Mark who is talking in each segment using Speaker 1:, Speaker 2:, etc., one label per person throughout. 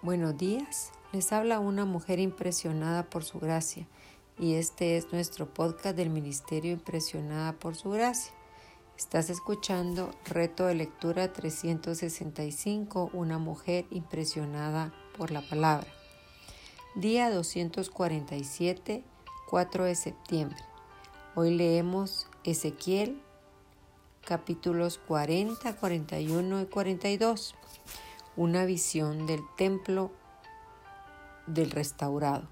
Speaker 1: Buenos días, les habla una mujer impresionada por su gracia y este es nuestro podcast del Ministerio Impresionada por su gracia. Estás escuchando Reto de Lectura 365, una mujer impresionada por la palabra. Día 247, 4 de septiembre. Hoy leemos Ezequiel, capítulos 40, 41 y 42. Una visión del templo del restaurado.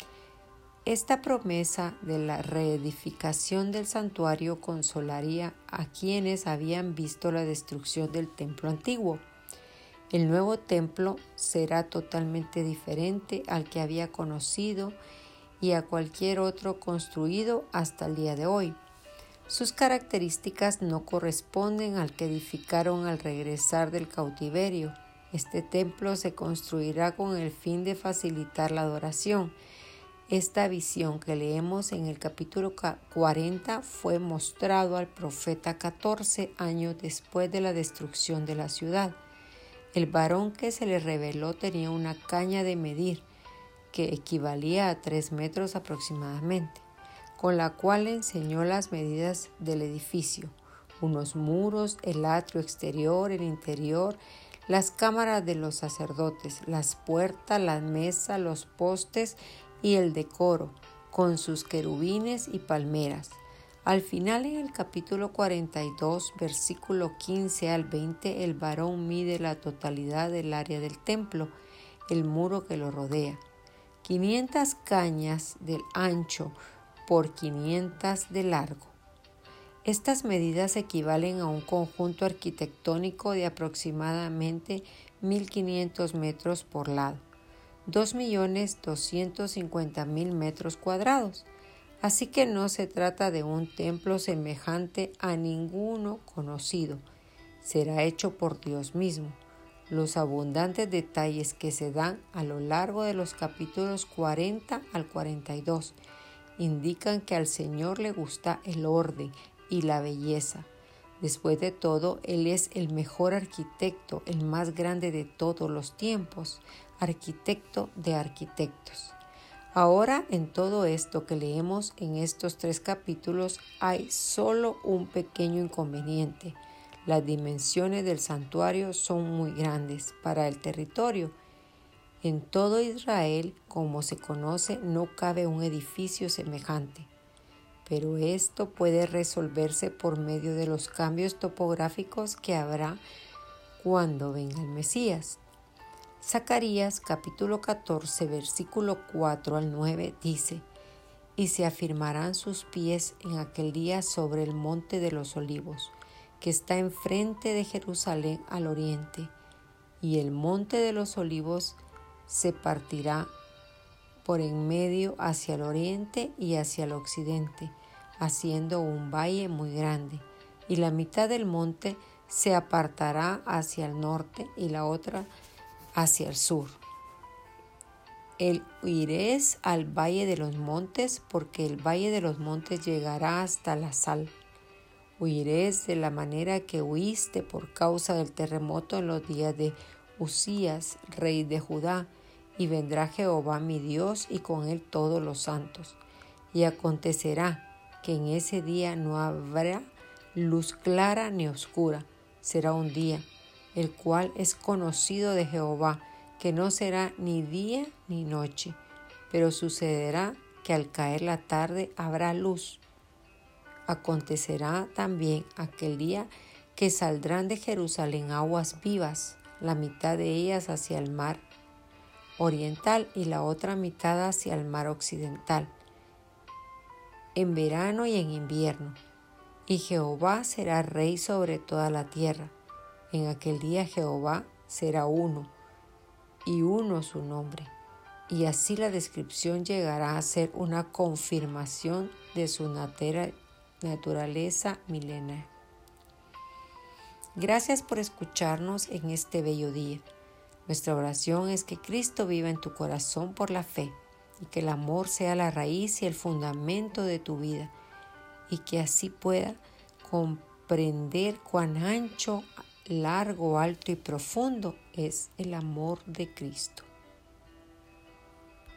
Speaker 1: Esta promesa de la reedificación del santuario consolaría a quienes habían visto la destrucción del templo antiguo. El nuevo templo será totalmente diferente al que había conocido y a cualquier otro construido hasta el día de hoy. Sus características no corresponden al que edificaron al regresar del cautiverio. Este templo se construirá con el fin de facilitar la adoración. Esta visión que leemos en el capítulo 40 fue mostrado al profeta 14 años después de la destrucción de la ciudad. El varón que se le reveló tenía una caña de medir, que equivalía a 3 metros aproximadamente, con la cual enseñó las medidas del edificio, unos muros, el atrio exterior, el interior, las cámaras de los sacerdotes, las puertas, las mesas, los postes y el decoro, con sus querubines y palmeras. Al final, en el capítulo 42, versículo 15 al 20, el varón mide la totalidad del área del templo, el muro que lo rodea. 500 cañas del ancho por 500 de largo. Estas medidas equivalen a un conjunto arquitectónico de aproximadamente 1.500 metros por lado, 2.250.000 metros cuadrados. Así que no se trata de un templo semejante a ninguno conocido. Será hecho por Dios mismo. Los abundantes detalles que se dan a lo largo de los capítulos 40 al 42 indican que al Señor le gusta el orden y la belleza. Después de todo, Él es el mejor arquitecto, el más grande de todos los tiempos, arquitecto de arquitectos. Ahora, en todo esto que leemos en estos 3 capítulos, hay solo un pequeño inconveniente. Las dimensiones del santuario son muy grandes para el territorio. En todo Israel, como se conoce, no cabe un edificio semejante. Pero esto puede resolverse por medio de los cambios topográficos que habrá cuando venga el Mesías. Zacarías capítulo 14 versículo 4 al 9 dice: «Y se afirmarán sus pies en aquel día sobre el monte de los olivos, que está enfrente de Jerusalén al oriente, y el monte de los olivos se partirá por en medio hacia el oriente y hacia el occidente, haciendo un valle muy grande, y la mitad del monte se apartará hacia el norte y la otra hacia el sur. Iréis al valle de los montes, porque el valle de los montes llegará hasta la sal. Huiréis de la manera que huiste por causa del terremoto en los días de Usías, rey de Judá, y vendrá Jehová mi Dios y con él todos los santos. Y acontecerá que en ese día no habrá luz clara ni oscura. Será un día, el cual es conocido de Jehová, que no será ni día ni noche. Pero sucederá que al caer la tarde habrá luz. Acontecerá también aquel día que saldrán de Jerusalén aguas vivas, la mitad de ellas hacia el mar oriental y la otra mitad hacia el mar occidental, en verano y en invierno. Y Jehová será rey sobre toda la tierra. En aquel día Jehová será uno, y uno su nombre. Y así la descripción llegará a ser una confirmación de su naturaleza milenaria. Gracias por escucharnos en este bello día. Nuestra oración es que Cristo viva en tu corazón por la fe y que el amor sea la raíz y el fundamento de tu vida y que así pueda comprender cuán ancho, largo, alto y profundo es el amor de Cristo.